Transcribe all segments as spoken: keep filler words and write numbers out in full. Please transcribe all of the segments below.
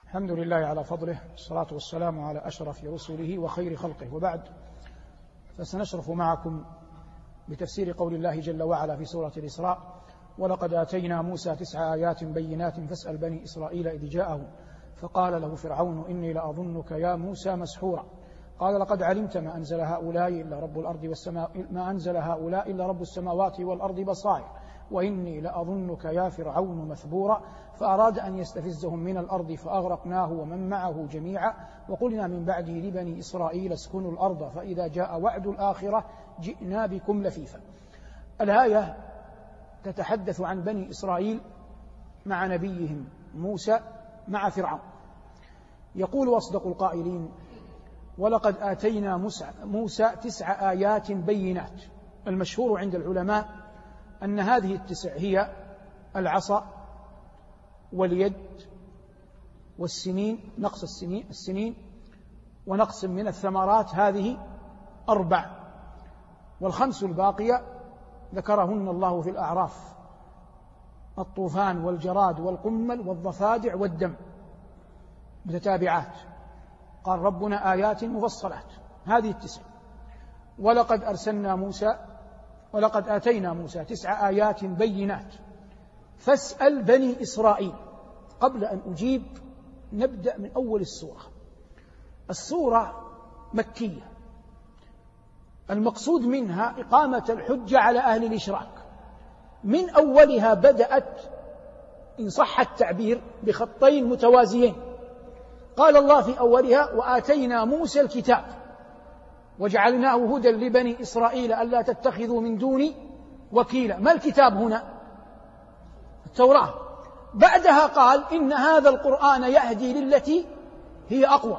الحمد لله على فضله، والصلاة والسلام على أشرف رسله وخير خلقه، وبعد، فسنشرف معكم بتفسير قول الله جل وعلا في سورة الإسراء: ولقد آتينا موسى تسع آيات بينات فاسأل بني إسرائيل إذ جاءهم فقال له فرعون إني لأظنك يا موسى مسحورا قال لقد علمت ما أنزل هؤلاء إلا رب الأرض والسماء ما أنزل هؤلاء إلا رب السماوات والأرض بصائر وإني لأظنك يا فرعون مثبورا فأراد أن يستفزهم من الأرض فأغرقناه ومن معه جميعا وقلنا من بعده لبني إسرائيل اسكنوا الأرض فإذا جاء وعد الآخرة جئنا بكم لفيفا. الآية تتحدث عن بني إسرائيل مع نبيهم موسى مع فرعون. يقول أصدق القائلين: ولقد آتينا موسى تسع آيات بينات. المشهور عند العلماء أن هذه التسع هي العصا واليد والسنين، نقص السنين, السنين ونقص من الثمرات، هذه أربع، والخمس الباقية ذكرهن الله في الأعراف: الطوفان والجراد والقمل والضفادع والدم متتابعات. قال ربنا آيات مفصلات، هذه التسع. ولقد أرسلنا موسى ولقد آتينا موسى تسع آيات بينات فاسأل بني إسرائيل. قبل أن أجيب نبدأ من أول السورة. السورة مكية، المقصود منها إقامة الحجة على أهل الإشراك. من أولها بدأت إن صح التعبير بخطين متوازيين. قال الله في أولها: وآتينا موسى الكتاب وجعلناه هدى لبني إسرائيل ألا تتخذوا من دوني وكيلا. ما الكتاب هنا؟ التوراة. بعدها قال: إن هذا القرآن يهدي للتي هي أقوى.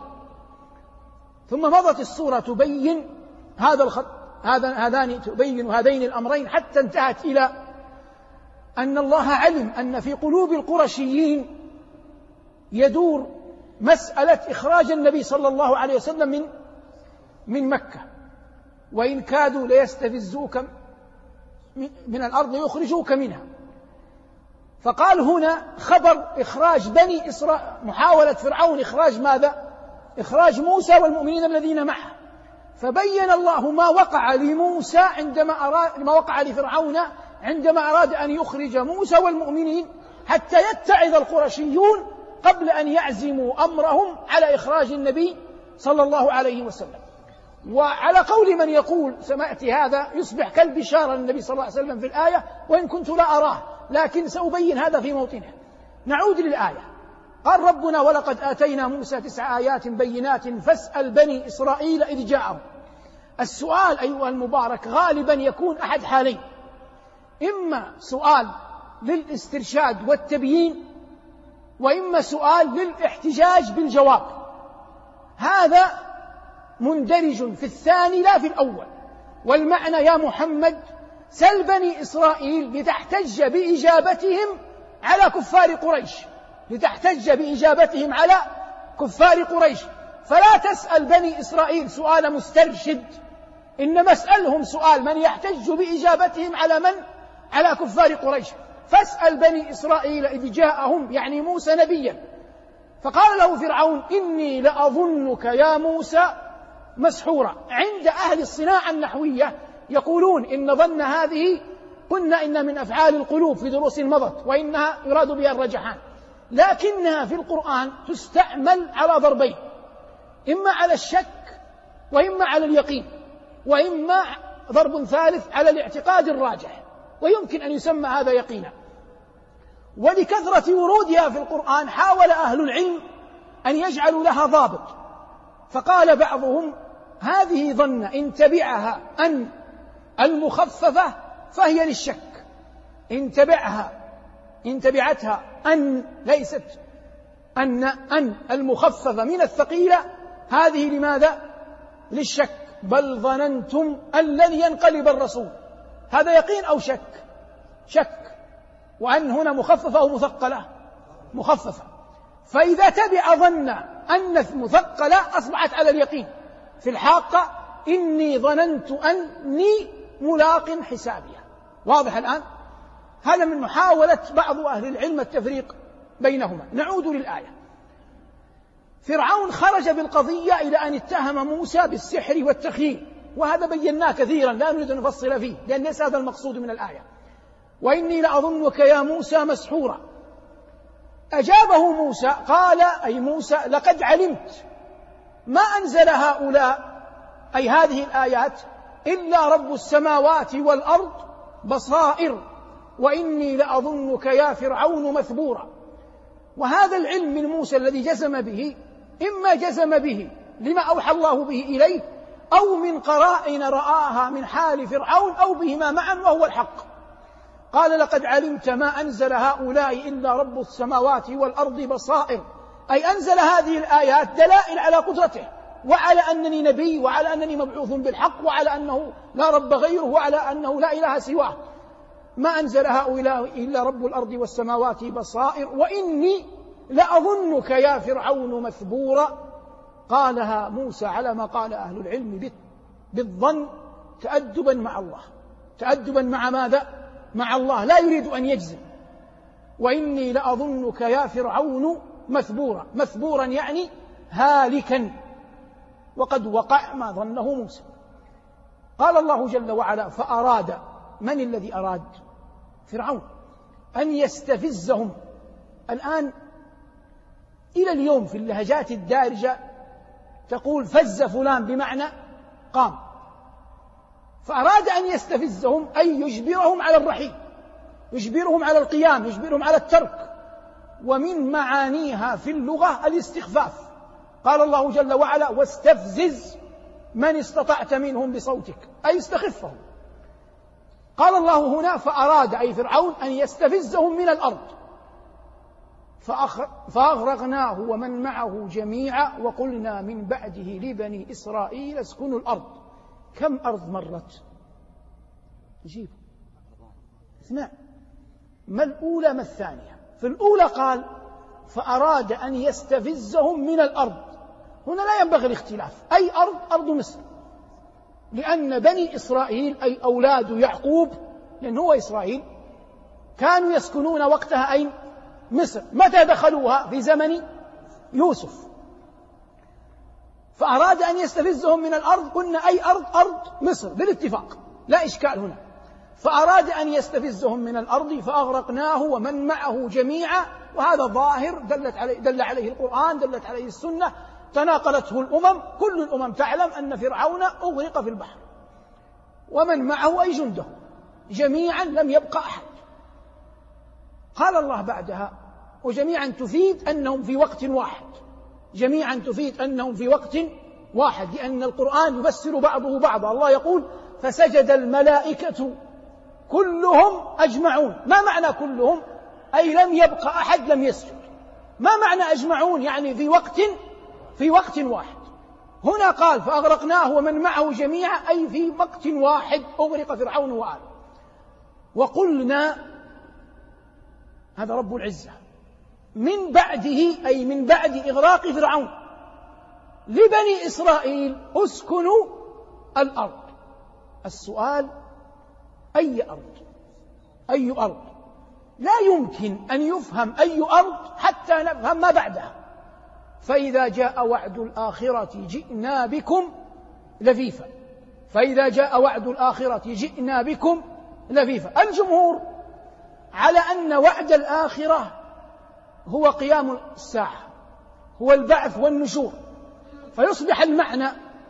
ثم مضت السورة تبين هذا الخط هذا هذان تبين هذين الأمرين حتى انتهت إلى أن الله علم أن في قلوب القرشيين يدور مسألة إخراج النبي صلى الله عليه وسلم من من مكة، وإن كادوا ليستفزوك من الأرض يخرجوك منها. فقال هنا خبر إخراج بني إسرائيل، محاولة فرعون إخراج ماذا؟ إخراج موسى والمؤمنين الذين معه. فبين الله ما وقع لموسى عندما أراد ما وقع لفرعون عندما أراد أن يخرج موسى والمؤمنين، حتى يتعظ القرشيون قبل أن يعزموا أمرهم على إخراج النبي صلى الله عليه وسلم. وعلى قول من يقول سمعت هذا يصبح كالبشارة للنبي صلى الله عليه وسلم في الآية، وإن كنت لا أراه، لكن سأبين هذا في موطنه. نعود للآية. قال ربنا: ولقد آتينا موسى تسع آيات بينات فاسأل بني إسرائيل إذ جاءهم. السؤال أيها المبارك غالبا يكون أحد حالين: إما سؤال للاسترشاد والتبيين، وإما سؤال للاحتجاج بالجواب. هذا مندرج في الثاني لا في الأول. والمعنى: يا محمد سل بني إسرائيل لتحتج بإجابتهم على كفار قريش لتحتج بإجابتهم على كفار قريش فلا تسأل بني إسرائيل سؤال مسترشد، إنما اسألهم سؤال من يحتج بإجابتهم على من؟ على كفار قريش. فاسأل بني إسرائيل إذ جاءهم، يعني موسى نبيا، فقال له فرعون إني لأظنك يا موسى مسحورا. عند أهل الصناعة النحوية يقولون إن ظن هذه قلنا إن من أفعال القلوب في دروس مضت، وإنها يراد بها الرجحان، لكنها في القرآن تستعمل على ضربين: إما على الشك، وإما على اليقين، وإما ضرب ثالث على الاعتقاد الراجح، ويمكن أن يسمى هذا يقينا. ولكثرة ورودها في القرآن حاول أهل العلم أن يجعلوا لها ضابط، فقال بعضهم: هذه ظن إن تبعها أن المخففة فهي للشك، إن تبعها إن تبعتها أن ليست أن أن المخففة من الثقيلة هذه لماذا؟ للشك. بل ظننتم أن لن ينقلب الرسول. هذا يقين أو شك؟ شك. وأن هنا مخففة أو مثقلة؟ مخففة. فإذا تبع ظن أن مثقلة أصبحت على اليقين. في الحاقة: إني ظننت أني ملاق حسابيا. واضح الآن؟ هذا من محاولة بعض أهل العلم التفريق بينهما. نعود للآية. فرعون خرج بالقضية إلى أن اتهم موسى بالسحر والتخييل، وهذا بيناه كثيرا لا نريد أن نفصل فيه لأن ليس هذا المقصود من الآية. وإني لأظنك يا موسى مسحورا. أجابه موسى قال أي موسى لقد علمت ما أنزل هؤلاء أي هذه الآيات إلا رب السماوات والأرض بصائر وإني لأظنك يا فرعون مثبورا. وهذا العلم من موسى الذي جزم به إما جزم به لما أوحى الله به إليه أو من قرائن رآها من حال فرعون أو بهما معا وهو الحق. قال لقد علمت ما أنزل هؤلاء إلا رب السماوات والأرض بصائر، أي أنزل هذه الآيات دلائل على قدرته وعلى أنني نبي وعلى أنني مبعوث بالحق وعلى أنه لا رب غيره وعلى أنه لا إله سواه. ما أنزل هؤلاء إلا رب الأرض والسماوات بصائر وإني لأظنك يا فرعون مثبورا. قالها موسى على ما قال أهل العلم بالظن تأدبا مع الله. تأدبا مع ماذا؟ مع الله، لا يريد أن يجزم. وإني لأظنك يا فرعون مثبورا. مثبورا يعني هالكا، وقد وقع ما ظنه موسى. قال الله جل وعلا فأراد، من الذي أراد؟ فرعون، أن يستفزهم. الآن إلى اليوم في اللهجات الدارجة تقول فز فلان بمعنى قام. فأراد أن يستفزهم أي يجبرهم على الرحيل، يجبرهم على القيام، يجبرهم على الترك. ومن معانيها في اللغة الاستخفاف. قال الله جل وعلا واستفزز من استطعت منهم بصوتك، أي استخفهم. قال الله هنا فأراد أي فرعون أن يستفزهم من الأرض فأغرقناه ومن معه جميعا وقلنا من بعده لبني إسرائيل اسكنوا الأرض. كم أرض مرت؟ جيب اثنان. ما الأولى ما الثانية؟ في الأولى قال فأراد أن يستفزهم من الأرض. هنا لا ينبغي الاختلاف، أي أرض أرض مصر، لأن بني إسرائيل أي أولاد يعقوب، لأن هو إسرائيل، كانوا يسكنون وقتها أين؟ مصر. متى دخلوها؟ في زمن يوسف. فأراد أن يستفزهم من الأرض، قلنا أي أرض أرض مصر بالاتفاق، لا إشكال هنا. فأراد أن يستفزهم من الأرض فأغرقناه ومن معه جميعا. وهذا ظاهر دلت عليه دل عليه القرآن، دلت عليه السنة، تناقلته الأمم. كل الأمم تعلم أن فرعون أغرق في البحر ومن معه أي جنده جميعا، لم يبقى أحد. قال الله بعدها وجميعا تفيد أنهم في وقت واحد، جميعا تفيد أنهم في وقت واحد، لأن القرآن يفسر بعضه بعضا. الله يقول فسجد الملائكة كلهم أجمعون. ما معنى كلهم؟ أي لم يبقى أحد لم يسجد. ما معنى أجمعون؟ يعني في وقت في وقت واحد. هنا قال فأغرقناه ومن معه جميعا، أي في وقت واحد أغرق فرعون وآله. وقلنا، هذا رب العزة، من بعده أي من بعد إغراق فرعون لبني إسرائيل اسكنوا الأرض. السؤال أي أرض؟ أي أرض؟ لا يمكن أن يفهم أي أرض حتى نفهم ما بعدها. فإذا جاء وعد الآخرة جئنا بكم لفيفا. فإذا جاء وعد الآخرة جئنا بكم لفيفا. الجمهور على أن وعد الآخرة هو قيام الساعة، هو البعث والنشور. فيصبح المعنى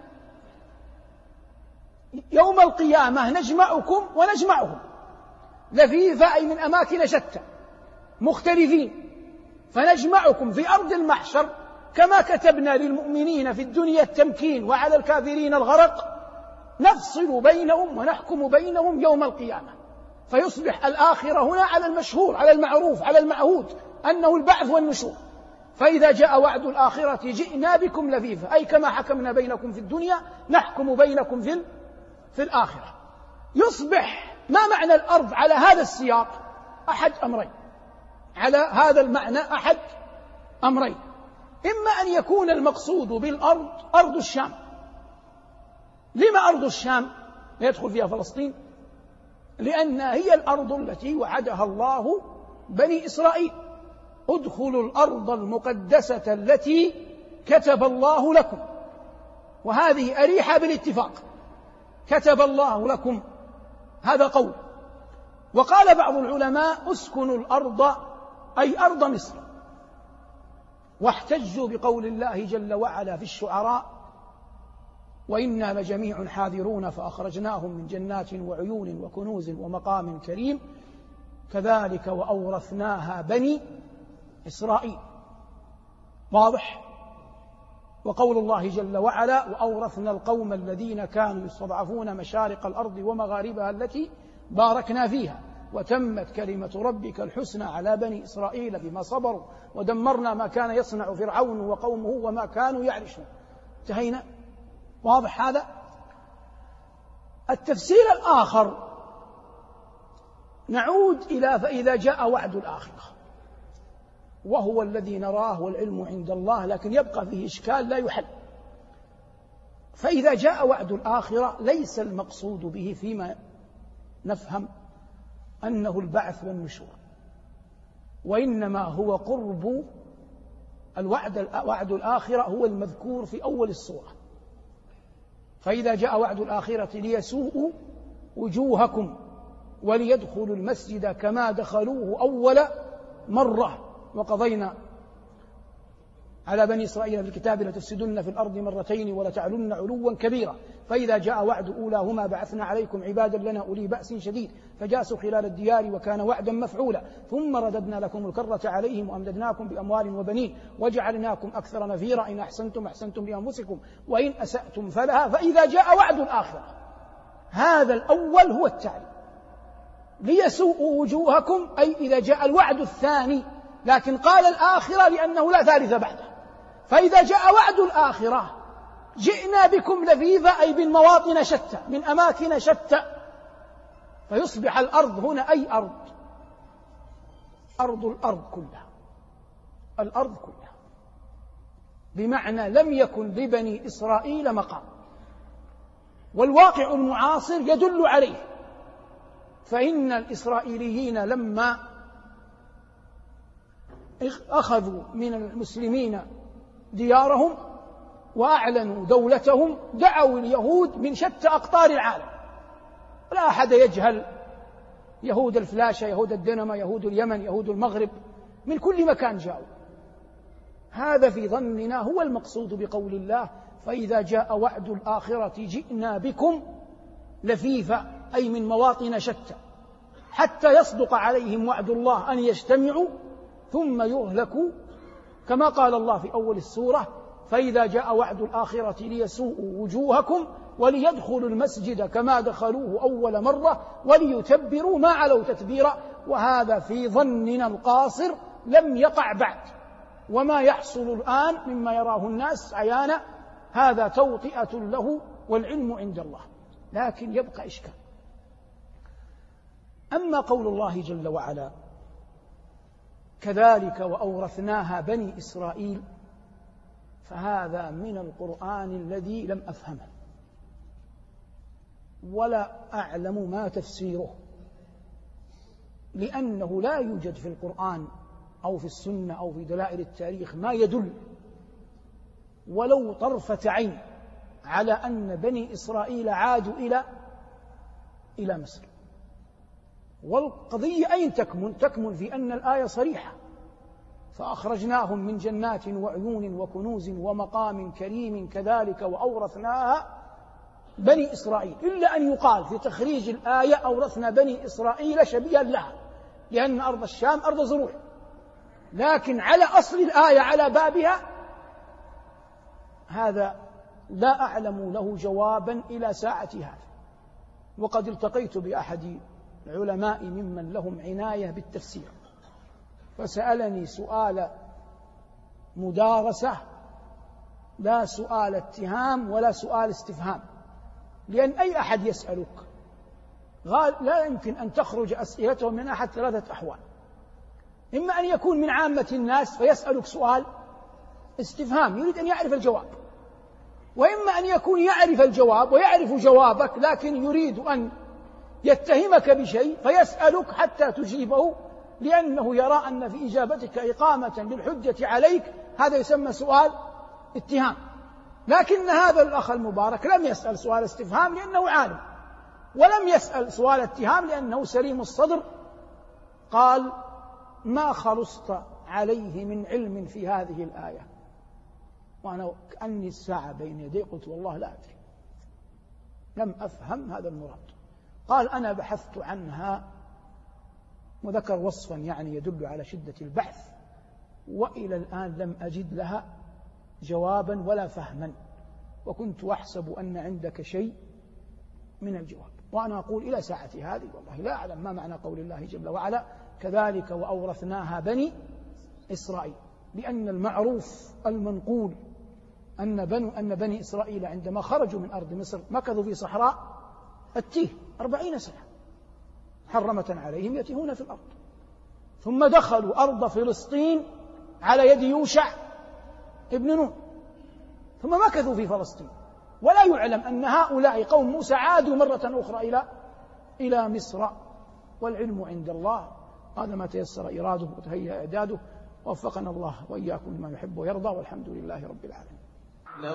يوم القيامة نجمعكم ونجمعهم لفيفا، أي من أماكن شتى مختلفين. فنجمعكم في أرض المحشر كما كتبنا للمؤمنين في الدنيا التمكين وعلى الكافرين الغرق، نفصل بينهم ونحكم بينهم يوم القيامة. فيصبح الآخرة هنا على المشهور، على المعروف، على المعهود، أنه البعث والنشور. فإذا جاء وعد الآخرة جئنا بكم لفيفا، أي كما حكمنا بينكم في الدنيا نحكم بينكم في في الآخرة. يصبح ما معنى الأرض على هذا السياق؟ أحد أمرين، على هذا المعنى أحد أمرين. إما أن يكون المقصود بالأرض أرض الشام. لما أرض الشام يدخل فيها فلسطين؟ لأن هي الأرض التي وعدها الله بني إسرائيل: ادخلوا الأرض المقدسة التي كتب الله لكم، وهذه أريحة بالاتفاق، كتب الله لكم، هذا قول. وقال بعض العلماء اسكنوا الأرض أي أرض مصر، واحتجوا بقول الله جل وعلا في الشعراء وإنا لجميع حاذرون فأخرجناهم من جنات وعيون وكنوز ومقام كريم كذلك وأورثناها بني إسرائيل. واضح؟ وقول الله جل وعلا وأورثنا القوم الذين كانوا يستضعفون مشارق الأرض ومغاربها التي باركنا فيها وتمت كلمة ربك الحسنى على بني إسرائيل بما صبروا ودمرنا ما كان يصنع فرعون وقومه وما كانوا يعرشون. انتهينا. واضح هذا؟ التفسير الآخر نعود إلى فإذا جاء وعد الآخرة، وهو الذي نراه والعلم عند الله، لكن يبقى فيه إشكال لا يحل. فإذا جاء وعد الآخرة ليس المقصود به فيما نفهم أنه البعث والنشور، وإنما هو قرب الوعد وعد الآخرة هو المذكور في أول السورة. فإذا جاء وعد الآخرة ليسوءوا وجوهكم وليدخلوا المسجد كما دخلوه أول مرة وقضينا على بني إسرائيل في الكتاب لتفسدن في الأرض مرتين ولتعلن علوا كبيرا. فإذا جاء وعد أولاهما بعثنا عليكم عبادا لنا أولي بأس شديد فجاسوا خلال الديار وكان وعدا مفعولا ثم رددنا لكم الكرة عليهم وأمددناكم بأموال وبنين وجعلناكم أكثر نفيرا إن أحسنتم أحسنتم لأنفسكم وإن أسأتم فلها. فإذا جاء وعد الآخرة هذا الأول هو التعليم ليسوءوا وجوهكم، أي إذا جاء الوعد الثاني، لكن قال الآخرة لأنه لا ثالث بعده. فإذا جاء وعد الآخرة جئنا بكم لفيفا أي من مواطن شتى من أماكن شتى، فيصبح الأرض هنا أي أرض، أرض الأرض كلها، الأرض كلها، بمعنى لم يكن لبني إسرائيل مقام، والواقع المعاصر يدل عليه. فإن الإسرائيليين لما أخذوا من المسلمين ديارهم وأعلنوا دولتهم دعوا اليهود من شتى أقطار العالم، لا أحد يجهل يهود الفلاشة، يهود الدنمة، يهود اليمن، يهود المغرب، من كل مكان جاءوا. هذا في ظننا هو المقصود بقول الله فإذا جاء وعد الآخرة جئنا بكم لفيفا أي من مواطن شتى حتى يصدق عليهم وعد الله أن يجتمعوا ثم يهلكوا، كما قال الله في أول السورة فإذا جاء وعد الآخرة ليسوءوا وجوهكم وليدخلوا المسجد كما دخلوه أول مرة وليتبروا ما علوا تتبيرا. وهذا في ظننا القاصر لم يقع بعد، وما يحصل الآن مما يراه الناس عيانا هذا توطئة له والعلم عند الله، لكن يبقى إشكال. أما قول الله جل وعلا كذلك وأورثناها بني إسرائيل، فهذا من القرآن الذي لم أفهمه ولا أعلم ما تفسيره، لأنه لا يوجد في القرآن أو في السنة أو في دلائل التاريخ ما يدل ولو طرفة عين على أن بني إسرائيل عادوا إلى إلى مصر. والقضية أين تكمن؟ تكمن في أن الآية صريحة فأخرجناهم من جنات وعيون وكنوز ومقام كريم كذلك وأورثناها بني إسرائيل، إلا أن يقال في تخريج الآية أورثنا بني إسرائيل شبيها لها لأن أرض الشام أرض زروع، لكن على أصل الآية على بابها هذا لا أعلم له جوابا إلى ساعة هذا. وقد التقيت بأحد العلماء ممن لهم عناية بالتفسير فسألني سؤال مدارسة لا سؤال اتهام ولا سؤال استفهام، لأن أي أحد يسألك لا يمكن أن تخرج أسئلته من أحد ثلاثة أحوال: إما أن يكون من عامة الناس فيسألك سؤال استفهام يريد أن يعرف الجواب، وإما أن يكون يعرف الجواب ويعرف جوابك لكن يريد أن يتهمك بشيء فيسألك حتى تجيبه لأنه يرى أن في إجابتك إقامة للحجة عليك. هذا يسمى سؤال اتهام. لكن هذا الأخ المبارك لم يسأل سؤال استفهام لأنه عالم، ولم يسأل سؤال اتهام لأنه سليم الصدر. قال: ما خلصت عليه من علم في هذه الآية؟ وأنا كأني الساعة بين يدي قلت: والله لا أدري، لم أفهم هذا المراد. قال: أنا بحثت عنها، وذكر وصفا يعني يدل على شدة البحث، وإلى الآن لم أجد لها جوابا ولا فهما، وكنت أحسب أن عندك شيء من الجواب. وأنا أقول إلى ساعتي هذه والله لا أعلم ما معنى قول الله جل وعلا: كذلك وأورثناها بني إسرائيل. لأن المعروف المنقول أن بنو أن بني إسرائيل عندما خرجوا من أرض مصر مكثوا في صحراء التيه أربعين سنة محرمة عليهم يتيهون في الأرض، ثم دخلوا أرض فلسطين على يد يوشع ابن نون، ثم مكثوا في فلسطين. ولا يعلم أن هؤلاء قوم موسى عادوا مرة أخرى إلى إلى مصر، والعلم عند الله. هذا ما تيسر إراده وتهيأ إعداده، ووفقنا الله وإياكم لما يحب ويرضى، والحمد لله رب العالمين. لو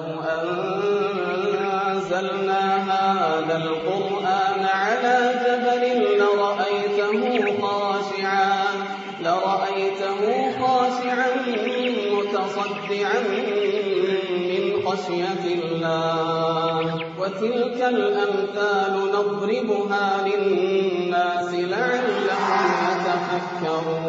أنزلنا هذا القرآن على جبل لرأيته خاشعا لرأيته خاشعا متصدعا من خشية الله. وتلك الأمثال نضربها للناس لعلهم يتفكرون.